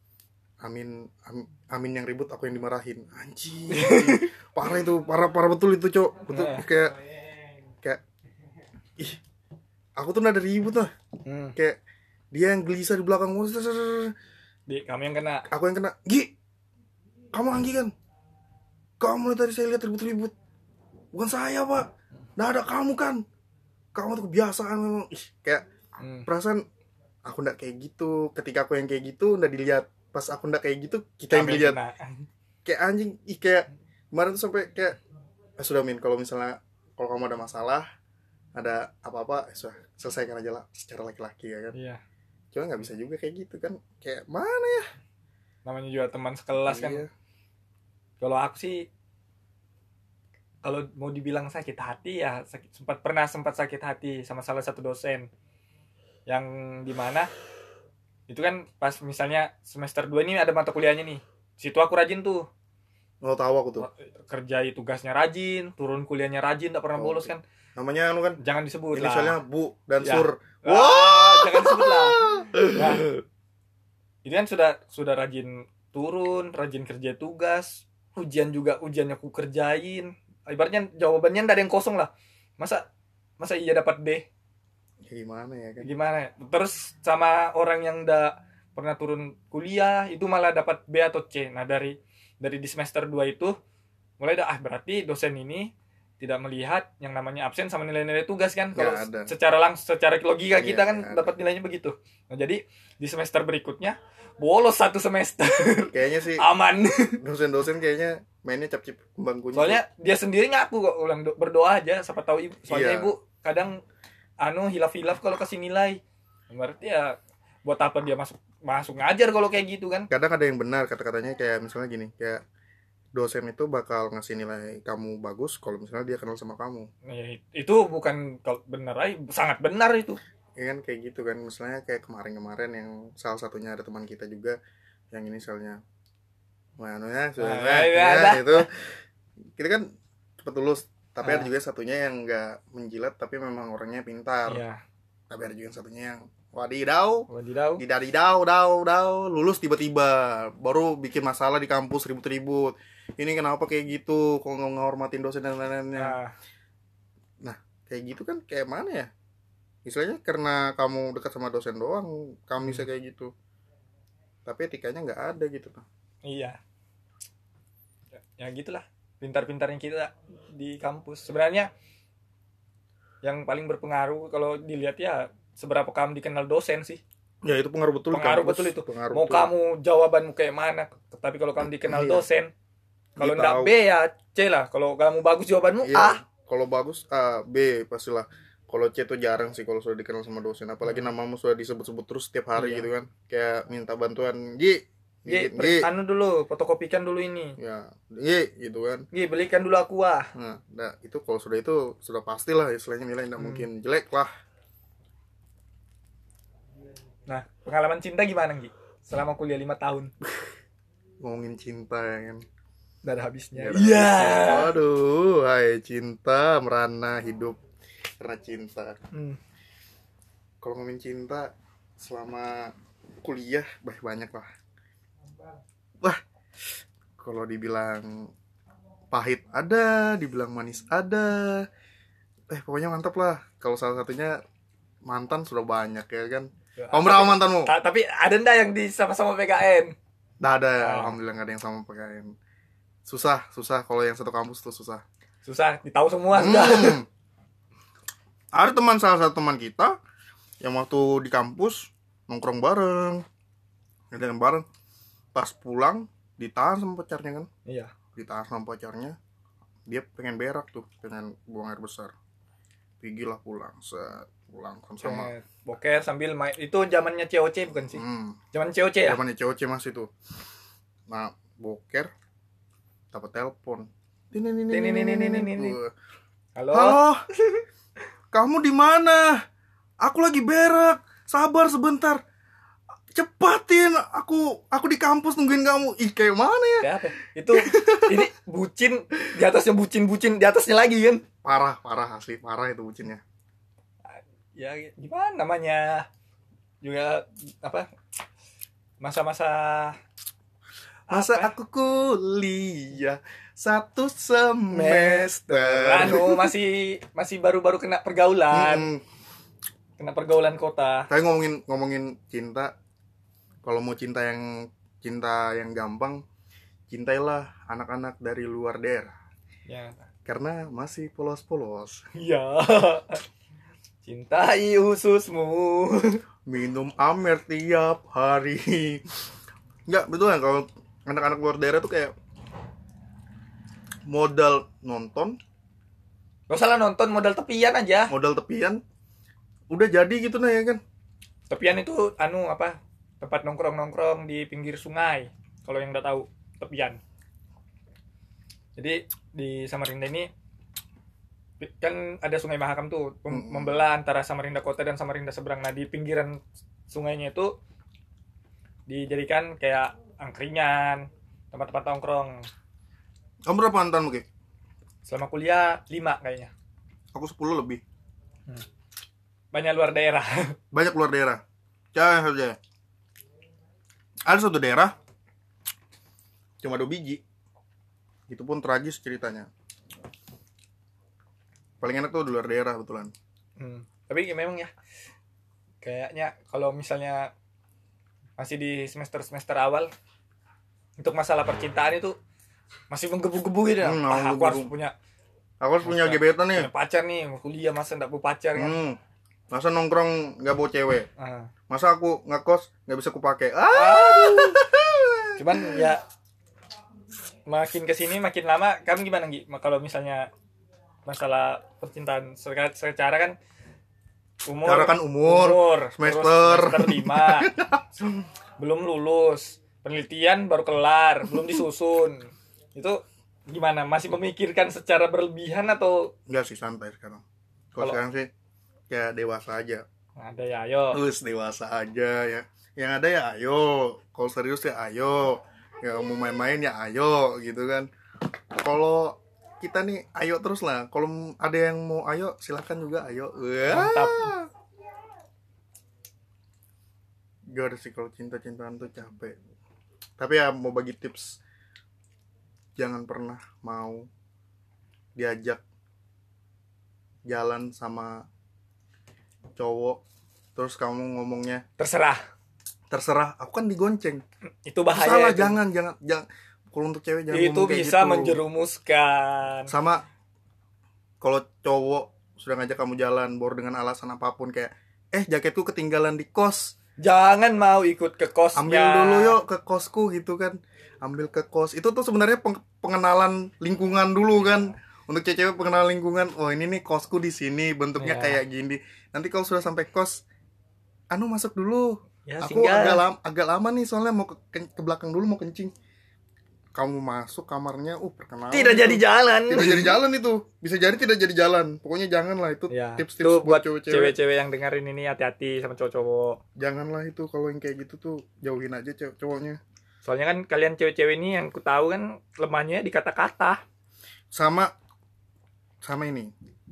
Speaker 1: Amin, Am- Amin yang ribut, aku yang dimarahin. Anjing. Parah itu, parah parah betul itu, Cok. Betul
Speaker 2: Nah.
Speaker 1: kayak kayak ih, aku tuh udah ada ribut lah.
Speaker 2: Hmm.
Speaker 1: Kayak dia yang gelisah di belakang,
Speaker 2: Di kamu yang kena.
Speaker 1: aku yang kena. Gi, kamu Anggi kan? Kamu tadi saya lihat ribut-ribut. Bukan saya pak. Nggak ada kamu kan? Kamu tuh kebiasaan memang. Ih, kayak
Speaker 2: Hmm.
Speaker 1: perasaan aku nggak kayak gitu. Ketika aku yang kayak gitu nggak dilihat. Pas aku nggak kayak gitu kita yang
Speaker 2: Kamu
Speaker 1: dilihat.
Speaker 2: kena.
Speaker 1: Kayak anjing. Ih kayak kemarin tuh sampai kayak eh, sudah Min, kalau misalnya kalau kamu ada masalah, ada apa-apa, eh, sudah selesaikan aja lah secara laki-laki ya kan.
Speaker 2: Iya.
Speaker 1: Cuma nggak bisa juga kayak gitu kan. Kayak mana ya?
Speaker 2: Namanya juga teman sekelas kan.
Speaker 1: Iya.
Speaker 2: Kalau aku sih, kalau mau dibilang sakit hati ya sakit, sempat pernah sempat sakit hati sama salah satu dosen yang dimana itu kan pas misalnya semester dua ini ada mata kuliahnya nih, situ aku rajin tuh,
Speaker 1: Mau tahu aku tuh.
Speaker 2: kerjai tugasnya rajin, turun kuliahnya rajin, tak pernah
Speaker 1: Oh,
Speaker 2: bolos
Speaker 1: oke.
Speaker 2: kan.
Speaker 1: Namanya anu kan?
Speaker 2: Jangan disebut lah.
Speaker 1: Inisialnya Bu dan
Speaker 2: Ya.
Speaker 1: Sur.
Speaker 2: Wah, jangan disebut lah. Nah, itu kan sudah sudah rajin turun, rajin kerja tugas, ujian juga ujiannya aku kerjain. Ibaratnya jawabannya ndak ada yang kosong lah. Masa masa iya dapat B?
Speaker 1: Ya gimana ya kan?
Speaker 2: Gimana? Terus sama orang yang ndak pernah turun kuliah itu malah dapat B atau C. Nah, dari dari di semester dua itu mulai dah ah berarti dosen ini tidak melihat yang namanya absen sama nilai-nilai tugas kan. Kalau
Speaker 1: Ya, ada.
Speaker 2: secara langsung secara logika kita
Speaker 1: Iya,
Speaker 2: kan
Speaker 1: ada.
Speaker 2: dapat nilainya begitu. Nah, jadi di semester berikutnya bolos satu semester.
Speaker 1: Kayaknya sih
Speaker 2: Aman.
Speaker 1: dosen-dosen kayaknya mainnya cap-cip kembang kunyit.
Speaker 2: Soalnya dia sendiri ngaku kok ulang do- berdoa aja siapa tahu ibu. Soalnya
Speaker 1: Iya.
Speaker 2: ibu kadang anu hilaf-hilaf kalau kasih nilai. Berarti ya buat apa dia masuk masuk ngajar kalau kayak gitu kan.
Speaker 1: Kadang ada yang benar kata-katanya, kayak misalnya gini, kayak dosen itu bakal ngasih nilai kamu bagus kalau misalnya dia kenal sama kamu.
Speaker 2: Ya, itu bukan kalau benar ay, sangat benar itu.
Speaker 1: Ya kan kayak gitu kan, misalnya kayak kemarin-kemarin yang salah satunya ada teman kita juga yang inisialnya mana ya sudah
Speaker 2: Ah,
Speaker 1: ya,
Speaker 2: iya,
Speaker 1: ya,
Speaker 2: dah.
Speaker 1: itu kita kan cepet lulus, tapi ada
Speaker 2: Ah.
Speaker 1: juga satunya yang nggak menjilat tapi memang orangnya pintar.
Speaker 2: Iya.
Speaker 1: Tapi ada juga yang satunya yang wadidaw
Speaker 2: Wadidaw.
Speaker 1: didadidau dau dau lulus tiba-tiba baru bikin masalah di kampus, ribut-ribut ini kenapa kayak gitu, kok nggak ngehormatin dosen dan lain-lainnya.
Speaker 2: Nah,
Speaker 1: Kayak gitu kan kayak mana ya, istilahnya karena kamu dekat sama dosen doang kamu bisa kayak gitu, tapi etikanya nggak ada gitu tuh.
Speaker 2: iya. Ya, ya gitulah. Pintar-pintarnya kita di kampus. Sebenarnya yang paling berpengaruh kalau dilihat ya seberapa kamu dikenal dosen sih.
Speaker 1: Ya itu pengaruh betul. di
Speaker 2: Pengaruh
Speaker 1: kampus.
Speaker 2: betul itu.
Speaker 1: Pengaruh
Speaker 2: Mau
Speaker 1: betul.
Speaker 2: kamu jawabanmu kayak mana, tapi kalau kamu dikenal
Speaker 1: Iya.
Speaker 2: dosen, kalau
Speaker 1: Dia
Speaker 2: enggak
Speaker 1: tahu.
Speaker 2: B ya C lah. Kalau kamu bagus jawabanmu
Speaker 1: Iya.
Speaker 2: A.
Speaker 1: Kalau bagus A, B pastilah. Kalau C itu jarang sih kalau sudah dikenal sama dosen, apalagi namamu sudah disebut-sebut terus setiap hari
Speaker 2: Iya.
Speaker 1: gitu kan, kayak minta bantuan Gi,
Speaker 2: Gi,
Speaker 1: Gi,
Speaker 2: ber-
Speaker 1: Gi.
Speaker 2: anu dulu, fotokopikan dulu ini.
Speaker 1: Ya Gi gitu kan.
Speaker 2: Gi, belikan dulu aku ah.
Speaker 1: Nah, nah itu kalau sudah itu sudah pastilah istilahnya nilai tidak
Speaker 2: Hmm.
Speaker 1: mungkin jelek lah.
Speaker 2: Nah, pengalaman cinta gimana Gi? Selama kuliah lima tahun.
Speaker 1: Ngomongin cinta ya kan.
Speaker 2: Nggak ada habisnya.
Speaker 1: Nggak ada habisnya. Aduh, hai cinta merana hidup karena cinta.
Speaker 2: Hmm.
Speaker 1: Kalau ngomongin cinta selama kuliah bah, banyak lah. Wah, kalau dibilang pahit ada, dibilang manis ada. Eh pokoknya mantap lah. Kalau salah satunya mantan sudah banyak ya kan. Kamu berapa mantanmu?
Speaker 2: Ta- tapi ada ndak yang di sama-sama P K N?
Speaker 1: Nggak ada,
Speaker 2: Ah.
Speaker 1: alhamdulillah nggak ada yang sama P K N. Susah, susah kalau yang satu kampus tuh susah.
Speaker 2: Susah, ditahu semua sudah.
Speaker 1: Hmm. Ada teman salah satu teman kita yang waktu di kampus nongkrong bareng, ngadain bareng, pas pulang ditahan sama pacarnya kan,
Speaker 2: Iya.
Speaker 1: ditahan sama pacarnya, dia pengen berak tuh, pengen buang air besar, pergilah pulang, set pulang sama,
Speaker 2: Eh, boker sambil main. Itu zamannya C O C bukan sih?
Speaker 1: hmm,
Speaker 2: Zaman C O C ya?
Speaker 1: zamannya C O C masih tuh, nah boker, dapat telepon,
Speaker 2: Tin, tin, tin, tin, tin, tin, tin.
Speaker 1: Wah.
Speaker 2: Halo.
Speaker 1: Halo, kamu di mana? Aku lagi berak. Sabar sebentar. Cepatin, aku aku di kampus nungguin kamu. Ih, kayak mana ya?
Speaker 2: Ya, apa? Itu ini bucin di atasnya bucin-bucin di atasnya lagi kan?
Speaker 1: Parah, parah asli, parah itu bucinnya.
Speaker 2: Ya gimana namanya? Juga apa? Masa-masa
Speaker 1: Masa
Speaker 2: apa?
Speaker 1: aku kuliah satu semester.
Speaker 2: Anu masih masih baru-baru kena pergaulan.
Speaker 1: Hmm,
Speaker 2: kena pergaulan kota.
Speaker 1: Tapi ngomongin ngomongin cinta, kalau mau cinta yang cinta yang gampang, cintailah anak-anak dari luar daerah.
Speaker 2: Ya.
Speaker 1: Karena masih polos-polos.
Speaker 2: Iya. Cintai ususmu.
Speaker 1: Minum Amer tiap hari. Enggak, betul kan kalau anak-anak luar daerah tuh kayak modal nonton,
Speaker 2: Gak usah lah nonton, modal tepian aja.
Speaker 1: modal tepian udah jadi gitu nah ya kan.
Speaker 2: Tepian itu anu apa? Tempat nongkrong-nongkrong di pinggir sungai. Kalau yang udah tahu, tepian. Jadi di Samarinda ini kan ada Sungai Mahakam tuh,
Speaker 1: Hmm.
Speaker 2: membelah antara Samarinda Kota dan Samarinda seberang. Nah, di pinggiran sungainya itu dijadikan kayak angkringan, tempat-tempat nongkrong.
Speaker 1: Kamu berapa tahun mungkin?
Speaker 2: Selama kuliah lima kayaknya.
Speaker 1: Aku sepuluh lebih.
Speaker 2: Banyak luar daerah.
Speaker 1: Banyak luar daerah. Jangan saja. Ada satu daerah cuma dua biji. Itu pun tragis ceritanya. Paling enak tuh di luar daerah betulan.
Speaker 2: Hmm. Tapi memang ya kayaknya kalau misalnya masih di semester-semester awal untuk masalah percintaan itu masih menggebu-gebu gitu ya.
Speaker 1: Hmm,
Speaker 2: Ah, aku
Speaker 1: menggebu-gebu.
Speaker 2: harus punya
Speaker 1: Aku harus punya
Speaker 2: masa-
Speaker 1: gebetan nih.
Speaker 2: punya pacar nih, mau kuliah masa enggak punya pacar kan.
Speaker 1: Hmm. Masa nongkrong nggak bawa cewek?
Speaker 2: Ah.
Speaker 1: Masa aku ngekos nggak bisa kupake? Ah.
Speaker 2: Cuman ya makin kesini makin lama kamu gimana Gi? Kalau misalnya masalah percintaan secara, secara kan umur
Speaker 1: Cara kan umur,
Speaker 2: terus
Speaker 1: semester.
Speaker 2: semester lima belum lulus, penelitian baru kelar, belum disusun. Itu gimana? Masih memikirkan secara berlebihan atau
Speaker 1: Enggak sih, santai sekarang. Kalau
Speaker 2: Kalau-
Speaker 1: sekarang sih kayak dewasa aja.
Speaker 2: ada ya ayo.
Speaker 1: Terus dewasa aja ya. Yang ada ya ayo. Kalau serius ya ayo. Ya mau main-main ya ayo gitu kan. Kalau kita nih ayo terus lah. Kalau ada yang mau ayo silakan juga ayo. Wah.
Speaker 2: Mantap.
Speaker 1: Gak ada sih kalau cinta-cintaan tuh capek. Tapi ya mau bagi tips, jangan pernah mau diajak jalan sama cowok terus kamu ngomongnya
Speaker 2: Terserah.
Speaker 1: terserah, aku kan digonceng.
Speaker 2: Itu bahaya.
Speaker 1: Salah,
Speaker 2: itu.
Speaker 1: jangan jangan jangan. Kalau untuk cewek jangan
Speaker 2: Itu
Speaker 1: ngomong kayak
Speaker 2: bisa
Speaker 1: gitu.
Speaker 2: menjerumuskan.
Speaker 1: Sama kalau cowok sudah ngajak kamu jalan baru dengan alasan apapun kayak eh jaketku ketinggalan di kos,
Speaker 2: Jangan mau ikut ke kosnya.
Speaker 1: ambil dulu yuk ke kosku gitu kan. Ambil ke kos. Itu tuh sebenarnya peng- pengenalan lingkungan dulu kan. Untuk cewek pengenalan lingkungan. Oh, ini nih kosku di sini, bentuknya
Speaker 2: Iya.
Speaker 1: kayak gini. Nanti kalau sudah sampai kos, anu masuk dulu.
Speaker 2: Ya,
Speaker 1: Aku
Speaker 2: singgah.
Speaker 1: agak lama, agak lama nih soalnya mau ke, ke, ke belakang dulu mau kencing. Kamu masuk kamarnya, uh perkenalan.
Speaker 2: Tidak
Speaker 1: itu.
Speaker 2: jadi jalan.
Speaker 1: Tidak jadi jalan itu. Bisa jadi tidak jadi jalan. Pokoknya janganlah itu
Speaker 2: Ya,
Speaker 1: tips-tips
Speaker 2: itu buat
Speaker 1: cewek-cewek.
Speaker 2: cewek-cewek yang dengerin ini hati-hati sama cowok-cowok.
Speaker 1: Janganlah itu kalau yang kayak gitu tuh jauhin aja cewek cowoknya.
Speaker 2: Soalnya kan kalian cewek-cewek ini yang ku tahu kan lemahnya di kata-kata.
Speaker 1: Sama sama ini.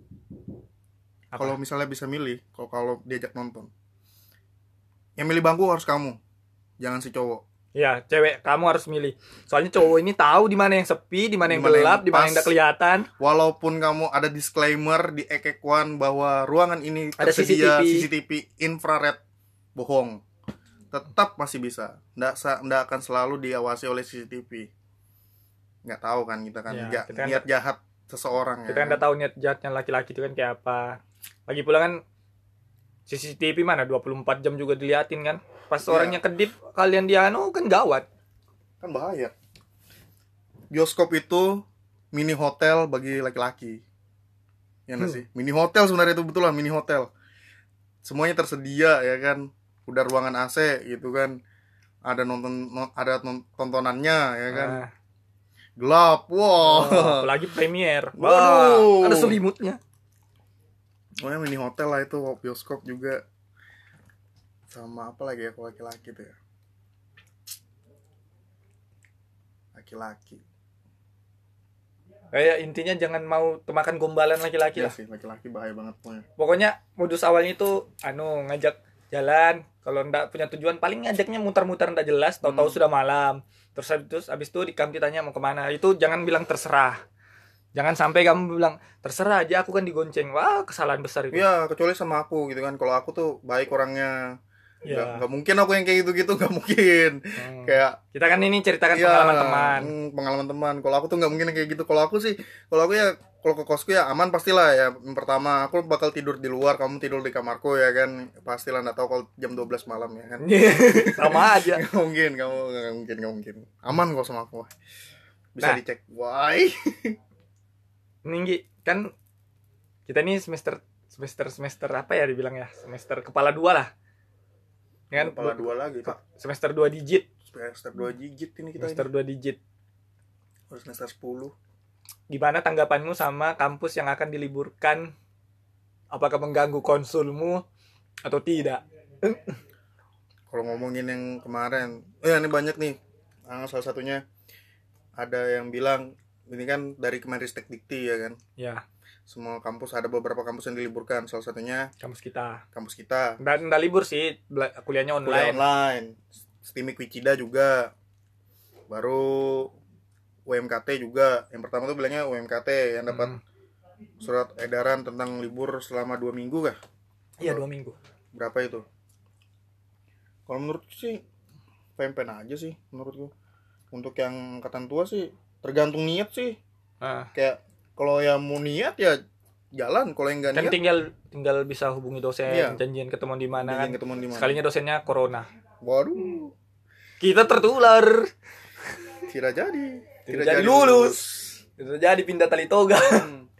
Speaker 2: Apa?
Speaker 1: Kalau misalnya bisa milih, kalau kalau diajak nonton, yang milih bangku harus kamu, jangan si cowok.
Speaker 2: Ya, cewek kamu harus milih. Soalnya cowok ini tahu di mana yang sepi, di mana yang
Speaker 1: Di mana yang
Speaker 2: gelap, di mana yang
Speaker 1: pas.
Speaker 2: tidak kelihatan.
Speaker 1: Walaupun kamu ada disclaimer di ekekuan bahwa ruangan ini
Speaker 2: Ada
Speaker 1: tersedia
Speaker 2: C C T V.
Speaker 1: C C T V infrared, bohong. Tetap masih bisa. Nggak, sa- nggak akan selalu diawasi oleh C C T V. Nggak tahu kan kita kan,
Speaker 2: Ya,
Speaker 1: nggak
Speaker 2: kita kan-
Speaker 1: niat jahat seseorang
Speaker 2: Kita
Speaker 1: ya.
Speaker 2: kan udah tahu niat jahatnya laki-laki itu kan kayak apa. Lagi pula kan C C T V mana dua puluh empat jam juga diliatin kan. Pas
Speaker 1: Iya.
Speaker 2: orangnya kedip, kalian dia anu kan gawat.
Speaker 1: Kan bahaya. Bioskop itu mini hotel bagi laki-laki. Ya nggak
Speaker 2: Hmm.
Speaker 1: sih? Mini hotel sebenarnya itu betulan mini hotel. Semuanya tersedia ya kan. Udah ruangan A C gitu kan. Ada nonton no- ada non- tontonannya ya kan.
Speaker 2: Nah,
Speaker 1: Gelap. Wow.
Speaker 2: oh, apalagi premier.
Speaker 1: Waduh.
Speaker 2: Wah, ada selimutnya.
Speaker 1: Pokoknya mini hotel lah itu, bioskop juga. Sama apa lagi ya kalau laki-laki tuh ya? Laki-laki.
Speaker 2: Kayak intinya jangan mau temakan gombalan laki-laki
Speaker 1: Iya
Speaker 2: lah.
Speaker 1: sih, laki-laki bahaya banget pokoknya.
Speaker 2: Pokoknya modus awalnya itu anu ngajak jalan, kalau ndak punya tujuan paling ngajaknya muter-muter ndak jelas, tahu-tahu
Speaker 1: Hmm.
Speaker 2: sudah malam. Terus habis itu habis itu di kamp ditanya mau kemana. Itu jangan bilang terserah. Jangan sampai kamu bilang terserah aja, aku kan digonceng. Wah, kesalahan besar itu.
Speaker 1: Ya kecuali sama aku gitu kan. Kalau aku tuh baik orangnya. Nggak,
Speaker 2: Ya.
Speaker 1: nggak mungkin aku yang kayak gitu-gitu, nggak mungkin.
Speaker 2: Hmm.
Speaker 1: Kayak
Speaker 2: Kita kan ini ceritakan
Speaker 1: ya,
Speaker 2: pengalaman teman.
Speaker 1: hmm, pengalaman teman. Kalau aku tuh nggak mungkin yang kayak gitu. Kalau aku sih, kalau aku ya, kalau ke kosku ya aman pastilah ya. Yang pertama, aku bakal tidur di luar, kamu tidur di kamarku ya kan. Pastilah, nggak tahu kalau jam dua belas malam ya kan.
Speaker 2: Sama aja.
Speaker 1: Nggak mungkin, kamu nggak mungkin, nggak mungkin. Aman kok sama aku. Bisa
Speaker 2: Nah.
Speaker 1: dicek. Why?
Speaker 2: Tinggi kan kita nih semester semester semester apa ya dibilang ya? Semester kepala dua lah. Ya kan?
Speaker 1: Kepala dua lagi, Pak.
Speaker 2: Semester dua digit.
Speaker 1: Semester dua digit ini kita.
Speaker 2: Semester dua digit.
Speaker 1: Harus semester sepuluh.
Speaker 2: Gimana tanggapanmu sama kampus yang akan diliburkan? Apakah mengganggu konsulmu atau tidak?
Speaker 1: Kalau ngomongin yang kemarin, eh ini banyak nih. Ah, salah satunya ada yang bilang ini kan dari Kemenristek Dikti ya kan.
Speaker 2: Ya.
Speaker 1: Semua kampus, ada beberapa kampus yang diliburkan. Salah satunya
Speaker 2: Kampus kita.
Speaker 1: kampus kita.
Speaker 2: Nggak, nggak libur sih, bela- kuliahnya online.
Speaker 1: Kuliah online. Stimik Wicida juga. Baru U M K T juga. Yang pertama tuh bilangnya U M K T yang dapat
Speaker 2: Hmm.
Speaker 1: surat edaran tentang libur selama dua minggu kah?
Speaker 2: Iya, dua minggu.
Speaker 1: Berapa itu? Kalau menurutku sih pen-pen aja sih menurutku. Untuk yang angkatan tua sih tergantung niat sih.
Speaker 2: Nah,
Speaker 1: Kayak kalau yang mau niat ya jalan, kalau yang nggak
Speaker 2: kan
Speaker 1: niat
Speaker 2: tinggal tinggal bisa hubungi dosen,
Speaker 1: Iya.
Speaker 2: janjian ketemuan di mana kan.
Speaker 1: jangan ketemu di mana.
Speaker 2: Sekalinya dosennya corona.
Speaker 1: Waduh,
Speaker 2: Kita tertular.
Speaker 1: tidak jadi.
Speaker 2: Tidak jadi lulus. Tidak jadi pindah tali toga.
Speaker 1: Hmm.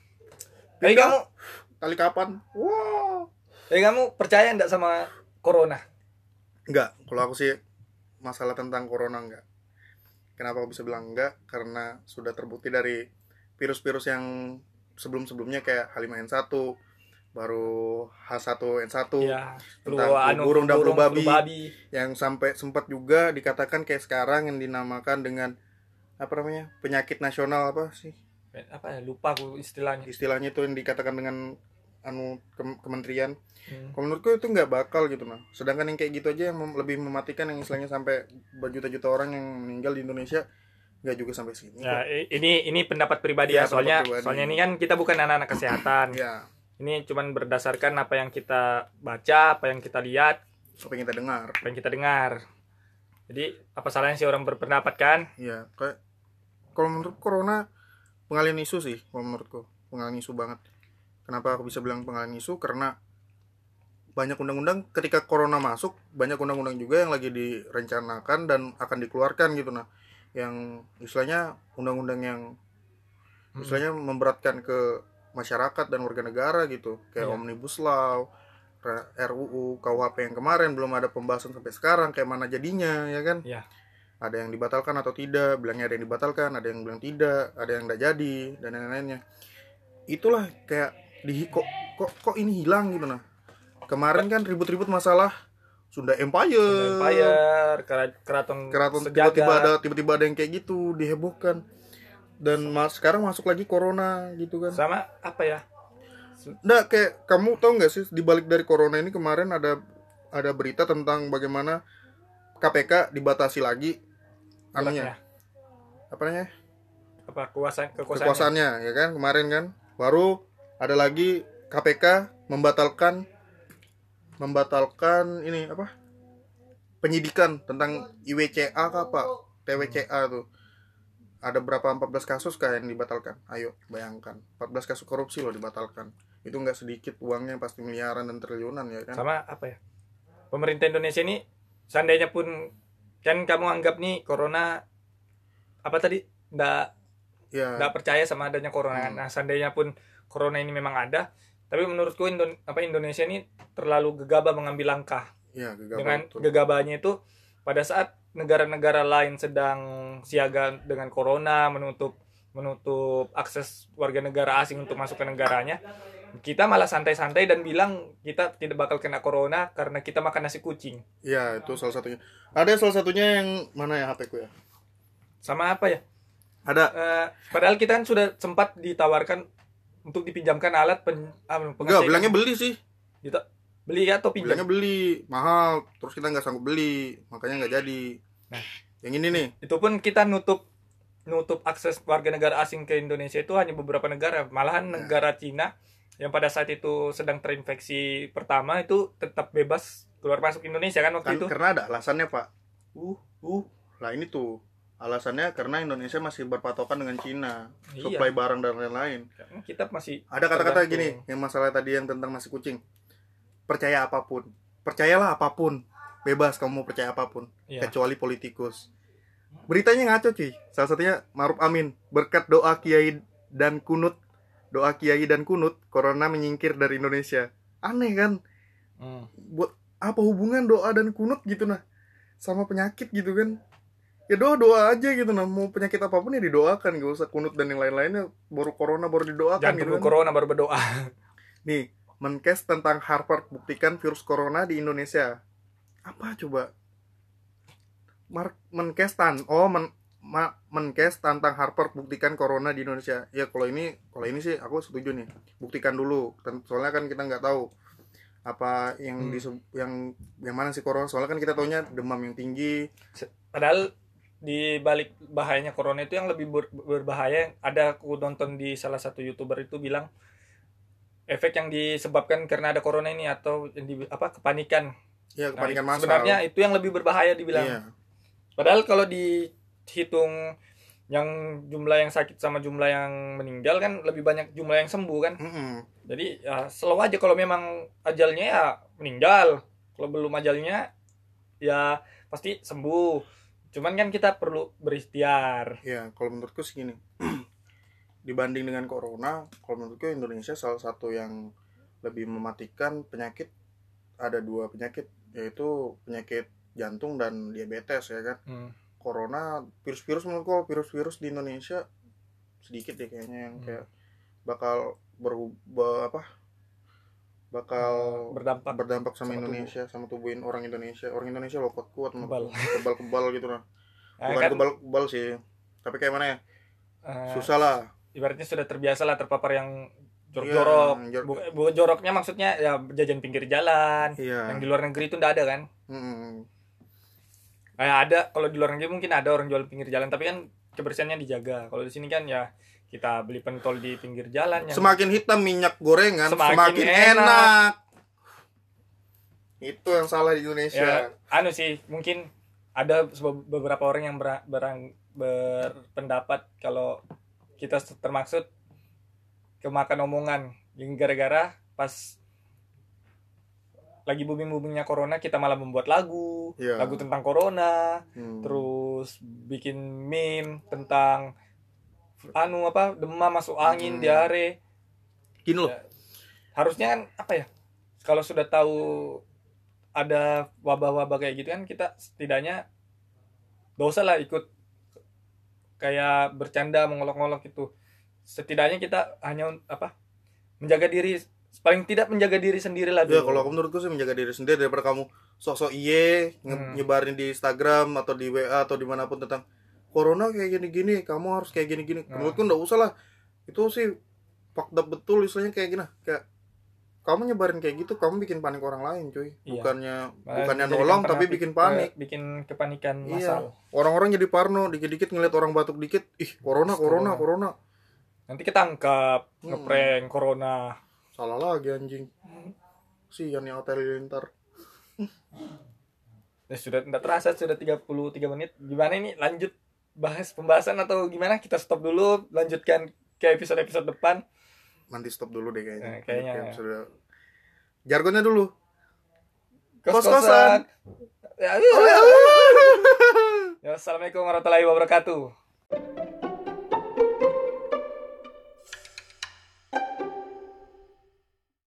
Speaker 2: Tapi
Speaker 1: Pindah.
Speaker 2: kamu,
Speaker 1: Kali kapan? Wah.
Speaker 2: tapi kamu percaya enggak sama corona?
Speaker 1: Enggak, kalau aku sih masalah tentang corona enggak. Kenapa aku bisa bilang enggak? Karena sudah terbukti dari virus-virus yang sebelum-sebelumnya kayak H lima N satu, baru H satu N satu,
Speaker 2: Iya,
Speaker 1: tentang
Speaker 2: flu anu,
Speaker 1: burung dan flu babi.
Speaker 2: babi.
Speaker 1: yang sampai sempat juga dikatakan kayak sekarang yang dinamakan dengan apa namanya? Penyakit nasional apa sih?
Speaker 2: Apa ya? Lupa aku istilahnya.
Speaker 1: Istilahnya itu yang dikatakan dengan anu ke- kementerian.
Speaker 2: Hmm.
Speaker 1: Kalau menurutku itu nggak bakal gitu nah. Sedangkan yang kayak gitu aja yang mem- lebih mematikan, yang istilahnya sampai berjuta-juta orang yang meninggal di Indonesia, nggak juga sampai sini.
Speaker 2: Ya,
Speaker 1: kok.
Speaker 2: i- ini ini pendapat pribadi
Speaker 1: Iya,
Speaker 2: ya, soalnya
Speaker 1: pendapat pribadi.
Speaker 2: soalnya ini kan kita bukan anak-anak kesehatan.
Speaker 1: Ya,
Speaker 2: Ini cuman berdasarkan apa yang kita baca, apa yang kita lihat,
Speaker 1: apa yang kita dengar.
Speaker 2: apa yang kita dengar. Jadi apa salahnya sih orang berpendapat kan?
Speaker 1: Iya, kayak kalau menurut corona pengalian isu sih, kalau menurutku pengalian isu banget. Kenapa aku bisa bilang pengalian isu? Karena banyak undang-undang ketika corona masuk, banyak undang-undang juga yang lagi direncanakan dan akan dikeluarkan gitu nah. Yang istilahnya undang-undang yang istilahnya memberatkan ke masyarakat dan warga negara gitu, kayak
Speaker 2: Iya.
Speaker 1: Omnibus Law, R U U, K U H P yang kemarin belum ada pembahasan sampai sekarang kayak mana jadinya ya kan.
Speaker 2: Iya.
Speaker 1: Ada yang dibatalkan atau tidak, bilangnya ada yang dibatalkan, ada yang bilang tidak, ada yang tidak jadi dan lain-lainnya. Itulah kayak di kok kok kok ini hilang gitu nah. Kemarin kan ribut-ribut masalah Sunda Empire.
Speaker 2: Empire, kera- keraton,
Speaker 1: Keraton
Speaker 2: sejagat.
Speaker 1: tiba-tiba ada tiba-tiba ada yang kayak gitu dihebohkan. Dan mas sekarang masuk lagi corona gitu kan.
Speaker 2: Sama apa ya?
Speaker 1: Nggak, kayak kamu tahu nggak sih di balik dari corona ini kemarin ada ada berita tentang bagaimana K P K dibatasi lagi anunya.
Speaker 2: Geraknya.
Speaker 1: Apa namanya?
Speaker 2: Apa kuasa kekuasaannya?
Speaker 1: Kekuasaannya ya kan kemarin kan. Baru ada lagi K P K membatalkan membatalkan ini apa? Penyidikan tentang I W C A kah apa? T W C A tuh. Ada berapa empat belas kasus kah yang dibatalkan? Ayo bayangkan, empat belas kasus korupsi loh dibatalkan. Itu nggak sedikit uangnya, pasti miliaran dan triliunan ya kan.
Speaker 2: Sama apa ya? Pemerintah Indonesia ini seandainya pun kan kamu anggap nih corona apa tadi nggak
Speaker 1: Ya,
Speaker 2: nggak percaya sama adanya corona.
Speaker 1: Hmm.
Speaker 2: Nah seandainya pun corona ini memang ada, tapi menurutku Indon- apa Indonesia ini terlalu gegabah mengambil langkah.
Speaker 1: ya gegabah
Speaker 2: Dengan
Speaker 1: betul.
Speaker 2: gegabahnya itu pada saat negara-negara lain sedang siaga dengan corona, menutup menutup akses warga negara asing untuk masuk ke negaranya, kita malah santai-santai dan bilang kita tidak bakal kena corona karena kita makan nasi kucing.
Speaker 1: Ya, itu salah satunya. Ada salah satunya yang mana ya H P ku ya?
Speaker 2: Sama apa ya?
Speaker 1: Ada.
Speaker 2: Eh, padahal kita kan sudah sempat ditawarkan untuk dipinjamkan alat pen, ah,
Speaker 1: Enggak,
Speaker 2: pengecekan.
Speaker 1: bilangnya beli sih.
Speaker 2: Gitu. Beli atau pinjam?
Speaker 1: Bilangnya beli, mahal. Terus kita nggak sanggup beli, makanya nggak jadi.
Speaker 2: Nah.
Speaker 1: Yang ini nih.
Speaker 2: Itu pun kita nutup nutup akses warga negara asing ke Indonesia itu hanya beberapa negara. Malahan
Speaker 1: Nah.
Speaker 2: negara Cina yang pada saat itu sedang terinfeksi pertama itu tetap bebas keluar masuk Indonesia kan waktu
Speaker 1: Kan
Speaker 2: itu.
Speaker 1: karena ada alasannya, Pak.
Speaker 2: Uh, uh.
Speaker 1: Lah ini tuh alasannya karena Indonesia masih berpatokan dengan Cina,
Speaker 2: Iya.
Speaker 1: supply barang dan lain-lain.
Speaker 2: Kita masih
Speaker 1: Ada kata-kata
Speaker 2: tergantung.
Speaker 1: gini, yang masalah tadi yang tentang nasi kucing. Percaya apapun, percayalah apapun, bebas kamu mau percaya apapun,
Speaker 2: Iya.
Speaker 1: kecuali politikus. Beritanya ngaco cuy. Salah satunya Maruf Amin, berkat doa kiai dan kunut, doa kiai dan kunut, corona menyingkir dari Indonesia. Aneh kan?
Speaker 2: Hmm.
Speaker 1: Buat apa hubungan doa dan kunut gitu nah sama penyakit gitu kan? Ya doa doa aja gitu nah, mau penyakit apapun ya didoakan, gak usah kunut dan yang lain-lainnya. Baru corona baru didoakan
Speaker 2: Jangan
Speaker 1: gitu
Speaker 2: tunggu
Speaker 1: kan.
Speaker 2: corona baru berdoa.
Speaker 1: Nih, menkes tentang Harvard buktikan virus corona di Indonesia. Apa coba? Mark menkes tan oh men ma, menkes tentang Harvard buktikan corona di Indonesia. Ya kalau ini kalau ini sih aku setuju nih. Buktikan dulu. Soalnya kan kita nggak tahu apa yang
Speaker 2: Hmm.
Speaker 1: disebut yang yang mana sih corona. Soalnya kan kita taunya demam yang tinggi.
Speaker 2: Padahal di balik bahayanya corona itu yang lebih ber- berbahaya, ada aku nonton di salah satu YouTuber itu bilang efek yang disebabkan karena ada corona ini atau yang di, apa kepanikan.
Speaker 1: Ya kepanikan
Speaker 2: Nah,
Speaker 1: massal.
Speaker 2: sebenarnya itu yang lebih berbahaya dibilang.
Speaker 1: Iya.
Speaker 2: Padahal kalau dihitung yang jumlah yang sakit sama jumlah yang meninggal kan lebih banyak jumlah yang sembuh kan.
Speaker 1: Mm-mm.
Speaker 2: Jadi ya slow aja, kalau memang ajalnya ya meninggal. Kalau belum ajalnya ya pasti sembuh. Cuman kan kita perlu berikhtiar.
Speaker 1: Ya, kalau menurutku segini. Dibanding dengan corona, kalau menurutku Indonesia salah satu yang lebih mematikan penyakit, ada dua penyakit, yaitu penyakit jantung dan diabetes ya kan.
Speaker 2: Hmm.
Speaker 1: Corona, virus-virus menurutku virus-virus di Indonesia sedikit deh kayaknya yang kayak bakal berubah apa? Bakal
Speaker 2: Berdampak
Speaker 1: berdampak sama,
Speaker 2: sama
Speaker 1: Indonesia, sama tubuhin orang Indonesia. Orang Indonesia loh kuat-kuat,
Speaker 2: Kebal.
Speaker 1: kebal-kebal gitu nah.
Speaker 2: Nah,
Speaker 1: Bukan
Speaker 2: kan,
Speaker 1: kebal-kebal sih, tapi kayak mana ya?
Speaker 2: eh,
Speaker 1: Susah lah.
Speaker 2: ibaratnya sudah terbiasa lah terpapar yang
Speaker 1: Iya,
Speaker 2: jorok-jorok.
Speaker 1: jor-
Speaker 2: Bu- bu- joroknya maksudnya ya jajan pinggir jalan.
Speaker 1: Iya.
Speaker 2: Yang di luar negeri itu ndak ada kan?
Speaker 1: Mm-mm.
Speaker 2: Eh, ada, kalau di luar negeri mungkin ada orang jual pinggir jalan, tapi kan kebersihannya dijaga. Kalau di sini kan ya kita beli pentol di pinggir jalan yang
Speaker 1: Semakin hitam minyak gorengan,
Speaker 2: Semakin
Speaker 1: semakin,
Speaker 2: enak.
Speaker 1: enak. Itu yang salah di Indonesia.
Speaker 2: ya anu sih, mungkin ada sebe- beberapa orang yang ber- berang- berpendapat kalau kita termaksud kemakan omongan yang gara-gara pas lagi booming-boomingnya corona kita malah membuat lagu
Speaker 1: Iya.
Speaker 2: lagu tentang corona,
Speaker 1: Hmm.
Speaker 2: terus bikin meme tentang anu apa demam masuk angin
Speaker 1: Hmm.
Speaker 2: diare.
Speaker 1: Gini loh.
Speaker 2: Ya, harusnya kan apa ya, kalau sudah tahu ada wabah-wabah kayak gitu kan kita setidaknya gak usah lah ikut kayak bercanda mengolok-ngolok gitu. Setidaknya kita hanya un- apa menjaga diri, paling tidak menjaga diri sendiri lah
Speaker 1: Ya
Speaker 2: dulu.
Speaker 1: kalau aku menurutku sih menjaga diri sendiri daripada kamu sosok iye nge-
Speaker 2: Hmm.
Speaker 1: nyebarin di Instagram atau di W A atau dimanapun tentang corona kayak gini-gini, kamu harus kayak gini-gini.
Speaker 2: Nah.
Speaker 1: Menurutku nggak usah lah. Itu sih fakta betul, istilahnya kayak gini. Kayak kamu nyebarin kayak gitu, kamu bikin panik orang lain, cuy.
Speaker 2: Iya.
Speaker 1: Bukannya
Speaker 2: Malah
Speaker 1: bukannya
Speaker 2: menjadikan
Speaker 1: nolong tapi
Speaker 2: penapi-
Speaker 1: bikin panik.
Speaker 2: eh, bikin kepanikan
Speaker 1: Iya.
Speaker 2: massal.
Speaker 1: Orang-orang jadi parno, dikit-dikit ngeliat orang batuk dikit, ih corona, corona, corona.
Speaker 2: Nanti ketangkap
Speaker 1: Hmm.
Speaker 2: ngeprank corona.
Speaker 1: Salah lagi anjing. Sian yang hotel lintar.
Speaker 2: Ya, sudah tidak terasa sudah tiga puluh tiga menit. Gimana ini, lanjut bahas pembahasan atau gimana? Kita stop dulu, lanjutkan ke episode-episode depan.
Speaker 1: Nanti stop dulu deh kayaknya.
Speaker 2: Eh, kayaknya.
Speaker 1: Kayak sudah. Jargonnya dulu.
Speaker 2: Kos-kosan. Ya, ya. Assalamualaikum warahmatullahi wabarakatuh.